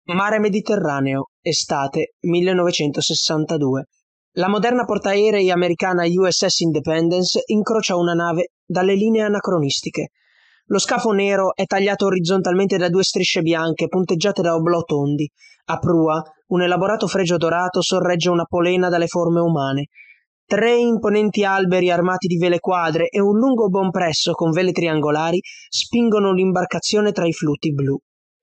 Mare Mediterraneo, estate 1962. La moderna portaerei americana USS Independence incrocia una nave dalle linee anacronistiche. Lo scafo nero è tagliato orizzontalmente da due strisce bianche punteggiate da oblò tondi. A prua, un elaborato fregio dorato sorregge una polena dalle forme umane. 3 imponenti alberi armati di vele quadre e un lungo bompresso con vele triangolari spingono l'imbarcazione tra i flutti blu.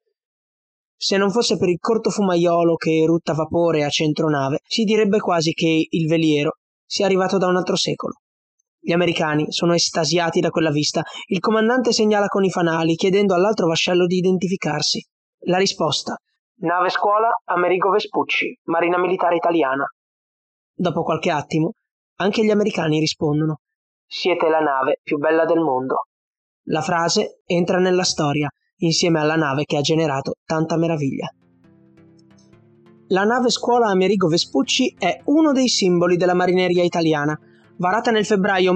Se non fosse per il corto fumaiolo che erutta vapore a centronave, si direbbe quasi che il veliero sia arrivato da un altro secolo. Gli americani sono estasiati da quella vista. Il comandante segnala con i fanali, chiedendo all'altro vascello di identificarsi. La risposta: nave scuola Amerigo Vespucci, Marina Militare Italiana. Dopo qualche attimo, anche gli americani rispondono: siete la nave più bella del mondo. La frase entra nella storia, insieme alla nave che ha generato tanta meraviglia. La nave scuola Amerigo Vespucci è uno dei simboli della marineria italiana. Varata nel febbraio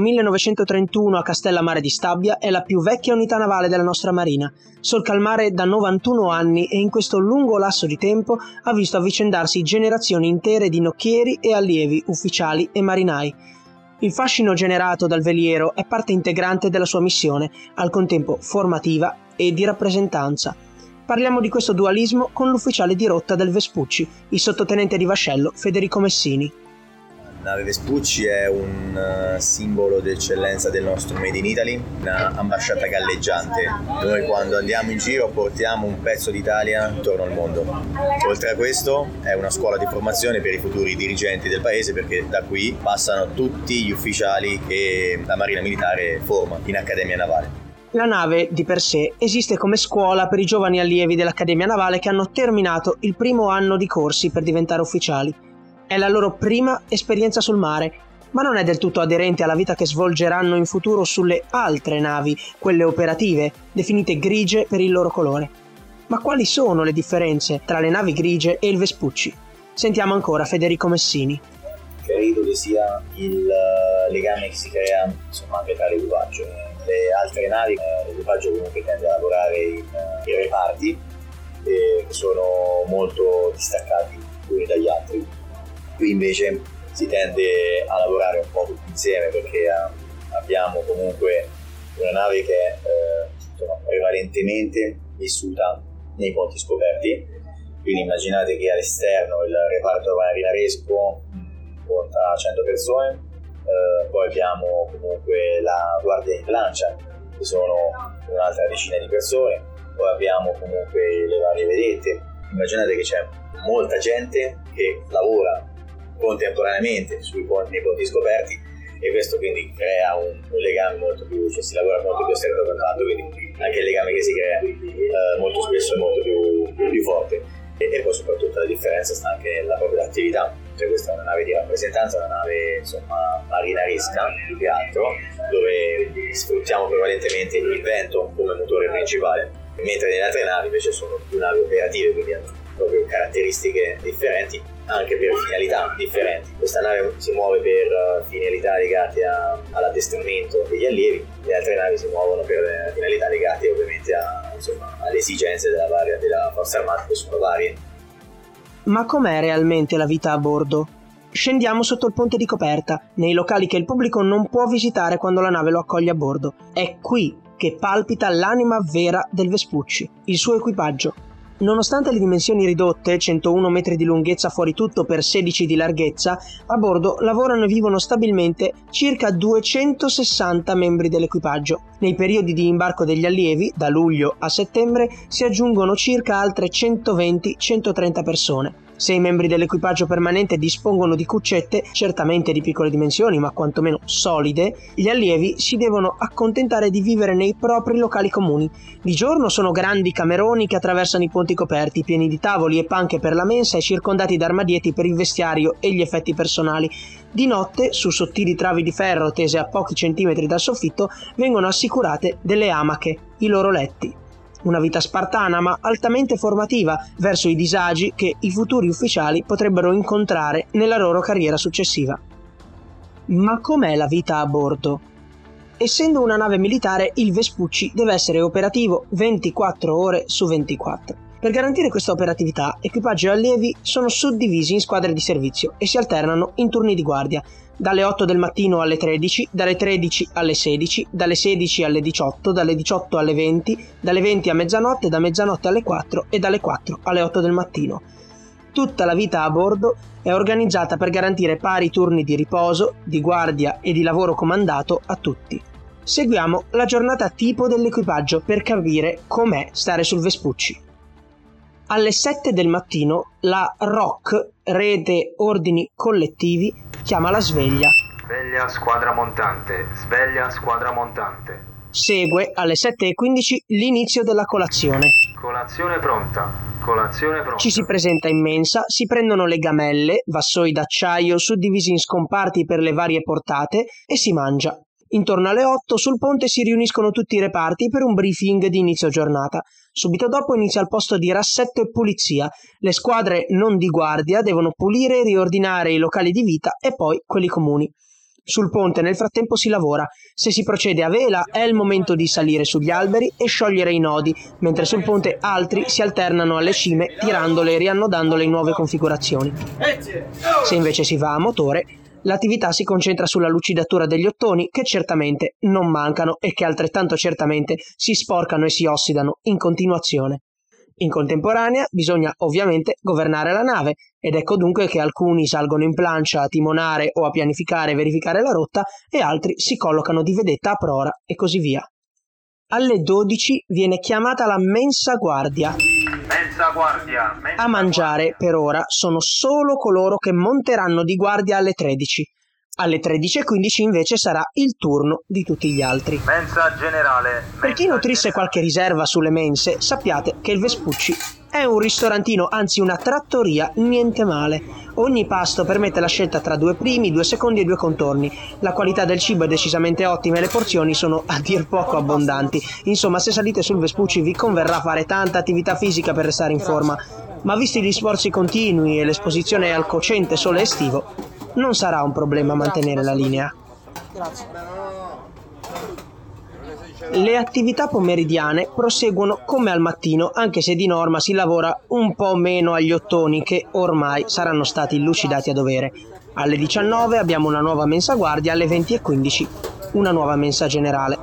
1931 a Castellammare di Stabia, è la più vecchia unità navale della nostra marina. Solca il mare da 91 anni e in questo lungo lasso di tempo ha visto avvicendarsi generazioni intere di nocchieri e allievi, ufficiali e marinai. Il fascino generato dal veliero è parte integrante della sua missione, al contempo formativa e di rappresentanza. Parliamo di questo dualismo con l'ufficiale di rotta del Vespucci, il sottotenente di vascello Federico Messini. La nave Vespucci è un simbolo d'eccellenza del nostro Made in Italy, un'ambasciata galleggiante. Noi quando andiamo in giro portiamo un pezzo d'Italia intorno al mondo. Oltre a questo è una scuola di formazione per i futuri dirigenti del paese, perché da qui passano tutti gli ufficiali che la Marina Militare forma in Accademia Navale. La nave, di per sé, esiste come scuola per i giovani allievi dell'Accademia Navale che hanno terminato il primo anno di corsi per diventare ufficiali. È la loro prima esperienza sul mare, ma non è del tutto aderente alla vita che svolgeranno in futuro sulle altre navi, quelle operative, definite grigie per il loro colore. Ma quali sono le differenze tra le navi grigie e il Vespucci? Sentiamo ancora Federico Messini. Credo che sia il legame che si crea anche tra l'equipaggio. Le altre navi, l'equipaggio comunque tende a lavorare in reparti che sono molto distaccati gli uni dagli altri. Qui invece si tende a lavorare un po' tutti insieme, perché abbiamo comunque una nave che è prevalentemente vissuta nei ponti scoperti, quindi immaginate che all'esterno il reparto marinaresco conta 100 persone, poi abbiamo comunque la guardia in plancia che sono un'altra decina di persone, poi abbiamo comunque le varie vedette. Immaginate che c'è molta gente che lavora contemporaneamente nei ponti scoperti, e questo quindi crea un legame molto più, cioè si lavora molto più stretto a contatto, quindi anche il legame che si crea molto spesso è molto più forte. E poi soprattutto la differenza sta anche nella propria attività, cioè questa è una nave di rappresentanza, una nave marinaresca più che altro, dove sfruttiamo prevalentemente il vento come motore principale, mentre nelle altre navi invece sono più navi operative, quindi hanno proprio caratteristiche differenti anche per finalità differenti. Questa nave si muove per finalità legate all'addestramento degli allievi, le altre navi si muovono per finalità legate ovviamente alle esigenze della forza armata, che sono varie. Ma com'è realmente la vita a bordo? Scendiamo sotto il ponte di coperta, nei locali che il pubblico non può visitare quando la nave lo accoglie a bordo. È qui che palpita l'anima vera del Vespucci, il suo equipaggio. Nonostante le dimensioni ridotte, 101 metri di lunghezza fuori tutto per 16 di larghezza, a bordo lavorano e vivono stabilmente circa 260 membri dell'equipaggio. Nei periodi di imbarco degli allievi, da luglio a settembre, si aggiungono circa altre 120-130 persone. Se i membri dell'equipaggio permanente dispongono di cuccette, certamente di piccole dimensioni ma quantomeno solide, gli allievi si devono accontentare di vivere nei propri locali comuni. Di giorno sono grandi cameroni che attraversano i ponti coperti, pieni di tavoli e panche per la mensa e circondati da armadietti per il vestiario e gli effetti personali. Di notte, su sottili travi di ferro tese a pochi centimetri dal soffitto, vengono assicurate delle amache, i loro letti. Una vita spartana ma altamente formativa verso i disagi che i futuri ufficiali potrebbero incontrare nella loro carriera successiva. Ma com'è la vita a bordo? Essendo una nave militare, il Vespucci deve essere operativo 24 ore su 24. Per garantire questa operatività, equipaggi e allievi sono suddivisi in squadre di servizio e si alternano in turni di guardia, dalle 8 del mattino alle 13, dalle 13 alle 16, dalle 16 alle 18, dalle 18 alle 20, dalle 20 a mezzanotte, da mezzanotte alle 4 e dalle 4 alle 8 del mattino. Tutta la vita a bordo è organizzata per garantire pari turni di riposo, di guardia e di lavoro comandato a tutti. Seguiamo la giornata tipo dell'equipaggio per capire com'è stare sul Vespucci. Alle 7 del mattino la ROC, Rete Ordini Collettivi, chiama la sveglia. Sveglia squadra montante, sveglia squadra montante. Segue alle 7:15 l'inizio della colazione. Colazione pronta, colazione pronta. Ci si presenta in mensa, si prendono le gamelle, vassoi d'acciaio suddivisi in scomparti per le varie portate e si mangia. Intorno alle 8 sul ponte si riuniscono tutti i reparti per un briefing di inizio giornata. Subito dopo inizia il posto di rassetto e pulizia. Le squadre non di guardia devono pulire e riordinare i locali di vita e poi quelli comuni. Sul ponte nel frattempo si lavora. Se si procede a vela è il momento di salire sugli alberi e sciogliere i nodi, mentre sul ponte altri si alternano alle cime tirandole e riannodandole in nuove configurazioni. Se invece si va a motore, l'attività si concentra sulla lucidatura degli ottoni, che certamente non mancano e che altrettanto certamente si sporcano e si ossidano in continuazione. In contemporanea bisogna ovviamente governare la nave, ed ecco dunque che alcuni salgono in plancia a timonare o a pianificare e verificare la rotta e altri si collocano di vedetta a prora e così via. Alle 12 viene chiamata la mensa guardia. Mensa guardia, mensa A mangiare guardia. per ora sono solo coloro che monteranno di guardia alle 13. Alle 13:15 invece sarà il turno di tutti gli altri. Mensa generale. Per chi mensa nutrisse generale. qualche riserva sulle mense, sappiate che il Vespucci è un ristorantino, anzi una trattoria, niente male. Ogni pasto permette la scelta tra 2 primi, 2 secondi e 2 contorni. La qualità del cibo è decisamente ottima e le porzioni sono a dir poco abbondanti. Insomma, se salite sul Vespucci vi converrà fare tanta attività fisica per restare in forma, ma visti gli sforzi continui e l'esposizione al cocente sole estivo, non sarà un problema mantenere la linea. Le attività pomeridiane proseguono come al mattino, anche se di norma si lavora un po' meno agli ottoni che ormai saranno stati lucidati a dovere. Alle 19 abbiamo una nuova mensa guardia, alle 20:15 una nuova mensa generale.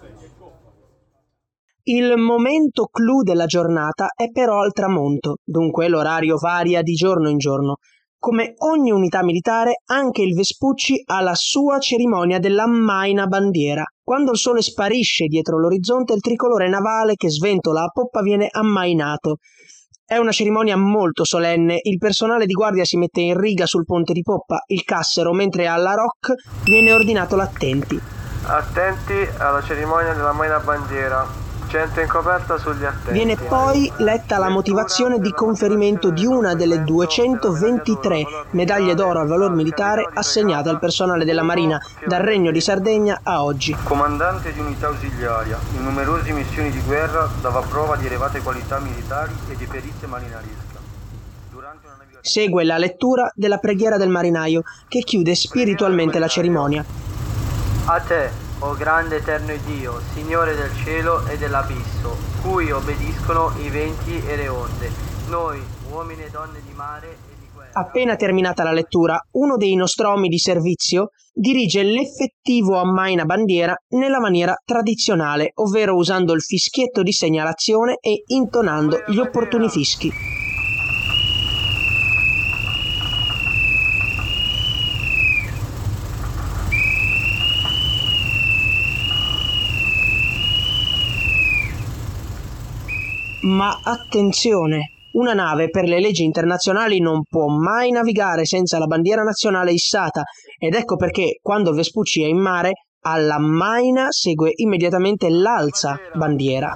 Il momento clou della giornata è però al tramonto, dunque l'orario varia di giorno in giorno. Come ogni unità militare, anche il Vespucci ha la sua cerimonia dell'ammaina bandiera. Quando il sole sparisce dietro l'orizzonte, il tricolore navale che sventola a poppa viene ammainato. È una cerimonia molto solenne, il personale di guardia si mette in riga sul ponte di poppa, il cassero, mentre alla ROC viene ordinato l'attenti. Attenti alla cerimonia dell'ammaina bandiera. Gente in coperta sugli attenti. Viene poi letta la motivazione di conferimento di una delle 223 medaglie d'oro al valor militare assegnate al personale della Marina dal Regno di Sardegna a oggi. Comandante di unità ausiliaria, in numerose missioni di guerra dava prova di elevate qualità militari e di perizia marinaresca. Durante una navigazione... Segue la lettura della preghiera del marinaio che chiude spiritualmente la cerimonia. A te, o grande eterno Dio, Signore del cielo e dell'abisso, cui obbediscono i venti e le onde, noi, uomini e donne di mare e di guerra. Appena terminata la lettura, uno dei nostromi di servizio dirige l'effettivo ammaina bandiera nella maniera tradizionale, ovvero usando il fischietto di segnalazione e intonando gli opportuni fischi. Ma attenzione! Una nave per le leggi internazionali non può mai navigare senza la bandiera nazionale issata, ed ecco perché quando il Vespucci è in mare, all'ammaina segue immediatamente l'alza bandiera.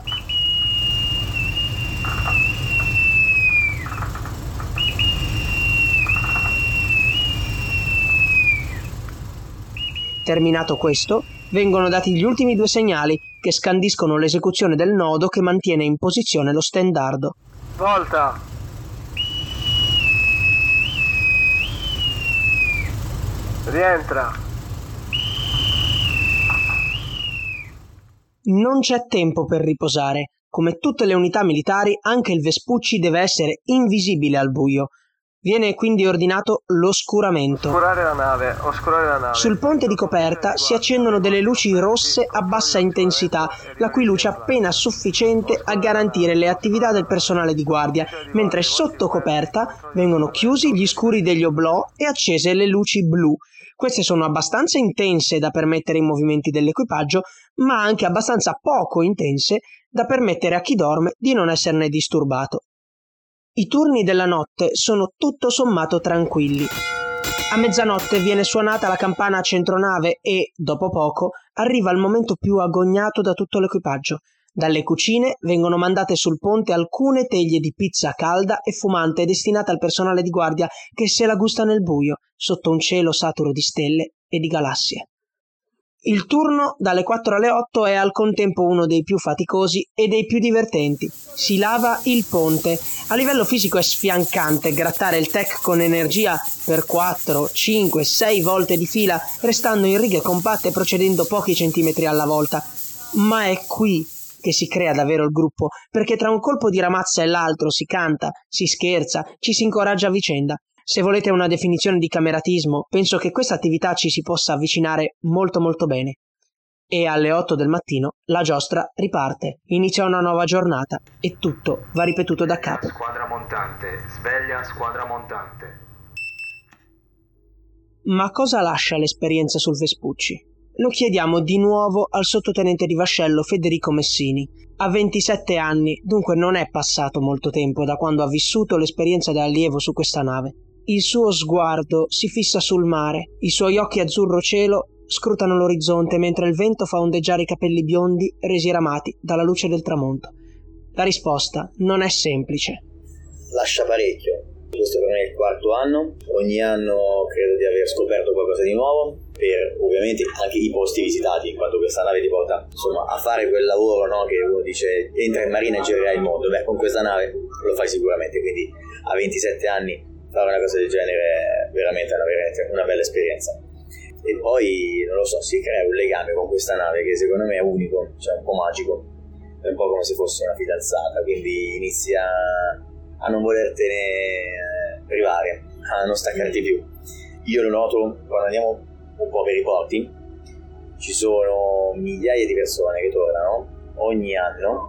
Terminato questo, vengono dati gli ultimi 2 segnali che scandiscono l'esecuzione del nodo che mantiene in posizione lo stendardo. Volta! Rientra! Non c'è tempo per riposare. Come tutte le unità militari, anche il Vespucci deve essere invisibile al buio. Viene quindi ordinato l'oscuramento. Oscurare la nave. Sul ponte di coperta si accendono delle luci rosse a bassa intensità, la cui luce è appena sufficiente a garantire le attività del personale di guardia, mentre sotto coperta vengono chiusi gli scuri degli oblò e accese le luci blu. Queste sono abbastanza intense da permettere i movimenti dell'equipaggio, ma anche abbastanza poco intense da permettere a chi dorme di non esserne disturbato. I turni della notte sono tutto sommato tranquilli. A mezzanotte viene suonata la campana a centronave e, dopo poco, arriva il momento più agognato da tutto l'equipaggio. Dalle cucine vengono mandate sul ponte alcune teglie di pizza calda e fumante destinate al personale di guardia che se la gusta nel buio, sotto un cielo saturo di stelle e di galassie. Il turno dalle 4 alle 8 è al contempo uno dei più faticosi e dei più divertenti. Si lava il ponte. A livello fisico è sfiancante grattare il tech con energia per 4, 5, 6 volte di fila, restando in righe compatte e procedendo pochi centimetri alla volta. Ma è qui che si crea davvero il gruppo, perché tra un colpo di ramazza e l'altro si canta, si scherza, ci si incoraggia a vicenda. Se volete una definizione di cameratismo, penso che questa attività ci si possa avvicinare molto molto bene. E alle 8 del mattino la giostra riparte, inizia una nuova giornata e tutto va ripetuto da capo. Squadra montante, sveglia squadra montante. Ma cosa lascia l'esperienza sul Vespucci? Lo chiediamo di nuovo al sottotenente di vascello Federico Messini. Ha 27 anni, dunque non è passato molto tempo da quando ha vissuto l'esperienza da allievo su questa nave. Il suo sguardo si fissa sul mare, i suoi occhi azzurro cielo scrutano l'orizzonte mentre il vento fa ondeggiare i capelli biondi resi ramati dalla luce del tramonto. La risposta non è semplice. Lascia parecchio. Questo per me è il 4º anno. Ogni anno credo di aver scoperto qualcosa di nuovo, per ovviamente anche i posti visitati, in quanto questa nave ti porta insomma a fare quel lavoro, no, che uno dice entra in marina e girerai il mondo. Beh, con questa nave lo fai sicuramente, quindi a 27 anni fare una cosa del genere è veramente una bella esperienza. E poi, non lo so, si crea un legame con questa nave che secondo me è unico, cioè un po' magico, è un po' come se fosse una fidanzata, quindi inizia a non volertene privare, a non staccarti più. Io lo noto quando andiamo un po' per i porti, ci sono migliaia di persone che tornano ogni anno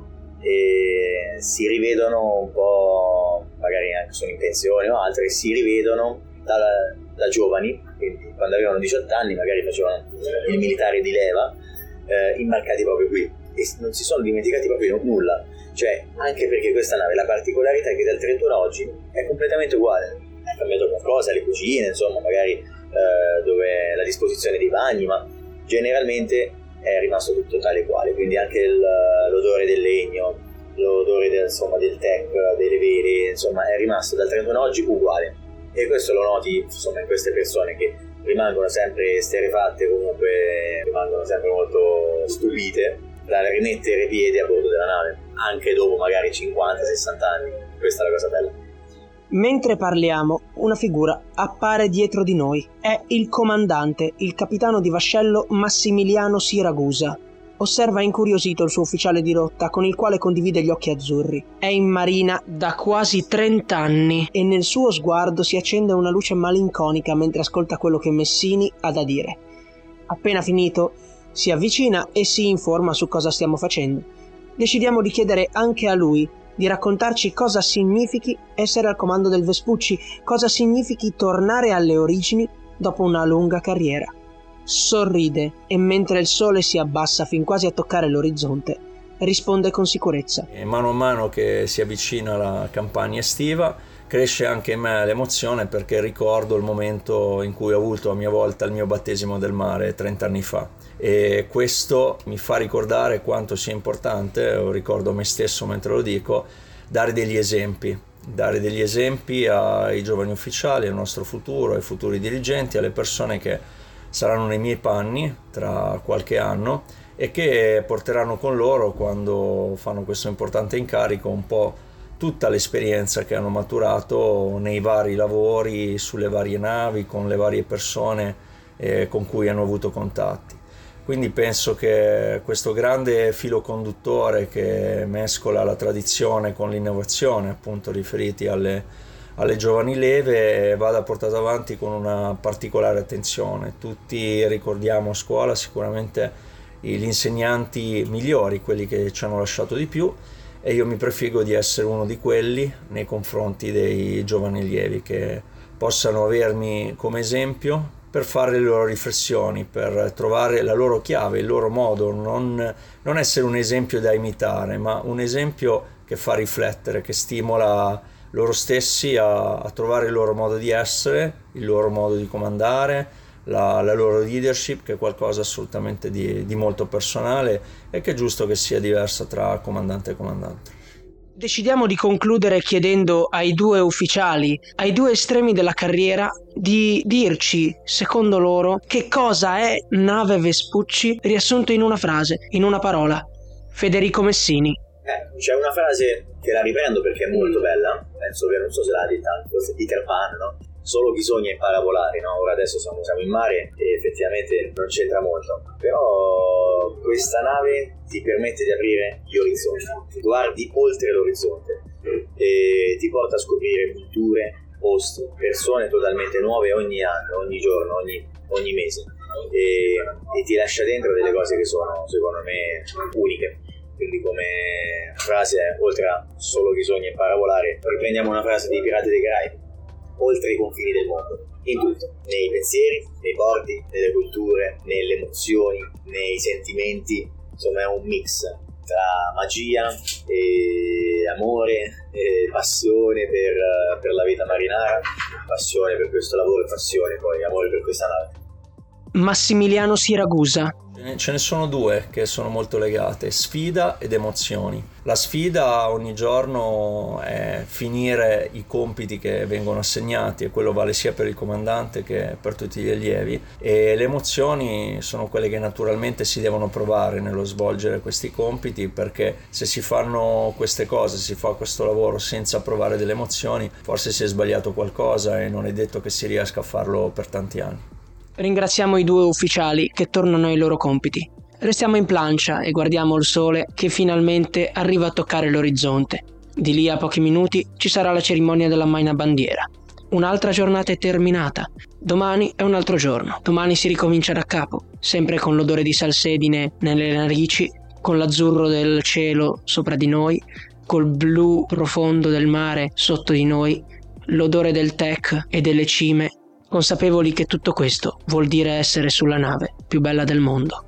e si rivedono un po', magari anche sono in pensione o altre, si rivedono da giovani, quindi quando avevano 18 anni magari facevano il militare di leva, imbarcati proprio qui e non si sono dimenticati proprio nulla, cioè anche perché questa nave, la particolarità è che dal 31 a oggi è completamente uguale, è cambiato qualcosa, le cucine insomma magari dove la disposizione dei bagni, ma generalmente è rimasto tutto tale e quale, quindi anche l'odore del legno, l'odore del tech, delle vele, insomma è rimasto dal 31 a oggi uguale. E questo lo noti insomma in queste persone che rimangono sempre esterrefatte, comunque rimangono sempre molto stupite dal rimettere piede a bordo della nave, anche dopo magari 50-60 anni. Questa è la cosa bella. Mentre parliamo, una figura appare dietro di noi. È il comandante, il capitano di vascello Massimiliano Siragusa. Osserva incuriosito il suo ufficiale di rotta, con il quale condivide gli occhi azzurri. È in marina da quasi 30 anni e nel suo sguardo si accende una luce malinconica mentre ascolta quello che Messini ha da dire. Appena finito, si avvicina e si informa su cosa stiamo facendo. Decidiamo di chiedere anche a lui di raccontarci cosa significhi essere al comando del Vespucci, cosa significhi tornare alle origini dopo una lunga carriera. Sorride e mentre il sole si abbassa fin quasi a toccare l'orizzonte, risponde con sicurezza. E mano a mano che si avvicina la campagna estiva, cresce anche in me l'emozione perché ricordo il momento in cui ho avuto a mia volta il mio battesimo del mare 30 anni fa. E questo mi fa ricordare quanto sia importante, lo ricordo a me stesso mentre lo dico, dare degli esempi ai giovani ufficiali, al nostro futuro, ai futuri dirigenti, alle persone che saranno nei miei panni tra qualche anno e che porteranno con loro, quando fanno questo importante incarico, un po' tutta l'esperienza che hanno maturato nei vari lavori, sulle varie navi, con le varie persone con cui hanno avuto contatti. Quindi penso che questo grande filo conduttore che mescola la tradizione con l'innovazione, appunto riferiti alle giovani leve, vada portato avanti con una particolare attenzione. Tutti ricordiamo a scuola sicuramente gli insegnanti migliori, quelli che ci hanno lasciato di più, e io mi prefiggo di essere uno di quelli nei confronti dei giovani allievi, che possano avermi come esempio per fare le loro riflessioni, per trovare la loro chiave, il loro modo, non essere un esempio da imitare, ma un esempio che fa riflettere, che stimola loro stessi a trovare il loro modo di essere, il loro modo di comandare, la loro leadership, che è qualcosa assolutamente di molto personale e che è giusto che sia diversa tra comandante e comandante. Decidiamo di concludere chiedendo ai due ufficiali, ai due estremi della carriera, di dirci, secondo loro, che cosa è Nave Vespucci riassunto in una frase, in una parola. Federico Messini. C'è una frase che la riprendo perché è molto bella, penso che non so se l'ha detta, forse Peter Pan, no? Solo chi sogna impara a volare, no? Ora adesso siamo in mare e effettivamente non c'entra molto, però questa nave ti permette di aprire gli orizzonti, guardi oltre l'orizzonte e ti porta a scoprire culture, posti, persone totalmente nuove ogni anno, ogni giorno, ogni mese e ti lascia dentro delle cose che sono secondo me uniche. Quindi come frase, oltre a solo chi sogna impara a volare, riprendiamo una frase dei Pirati dei Caraibi: oltre i confini del mondo, in tutto, nei pensieri, nei porti, nelle culture, nelle emozioni, nei sentimenti, insomma è un mix tra magia e amore e passione per la vita marinara, passione per questo lavoro e passione poi, amore per questa nave. Massimiliano Siragusa. Ce ne sono due che sono molto legate: sfida ed emozioni. La sfida ogni giorno è finire i compiti che vengono assegnati, e quello vale sia per il comandante che per tutti gli allievi, e le emozioni sono quelle che naturalmente si devono provare nello svolgere questi compiti, perché se si fanno queste cose, si fa questo lavoro senza provare delle emozioni, forse si è sbagliato qualcosa e non è detto che si riesca a farlo per tanti anni. Ringraziamo i due ufficiali che tornano ai loro compiti. Restiamo in plancia e guardiamo il sole che finalmente arriva a toccare l'orizzonte. Di lì a pochi minuti ci sarà la cerimonia dell'ammaina bandiera. Un'altra giornata è terminata. Domani è un altro giorno. Domani si ricomincia da capo, sempre con l'odore di salsedine nelle narici, con l'azzurro del cielo sopra di noi, col blu profondo del mare sotto di noi, l'odore del tech e delle cime, consapevoli che tutto questo vuol dire essere sulla nave più bella del mondo.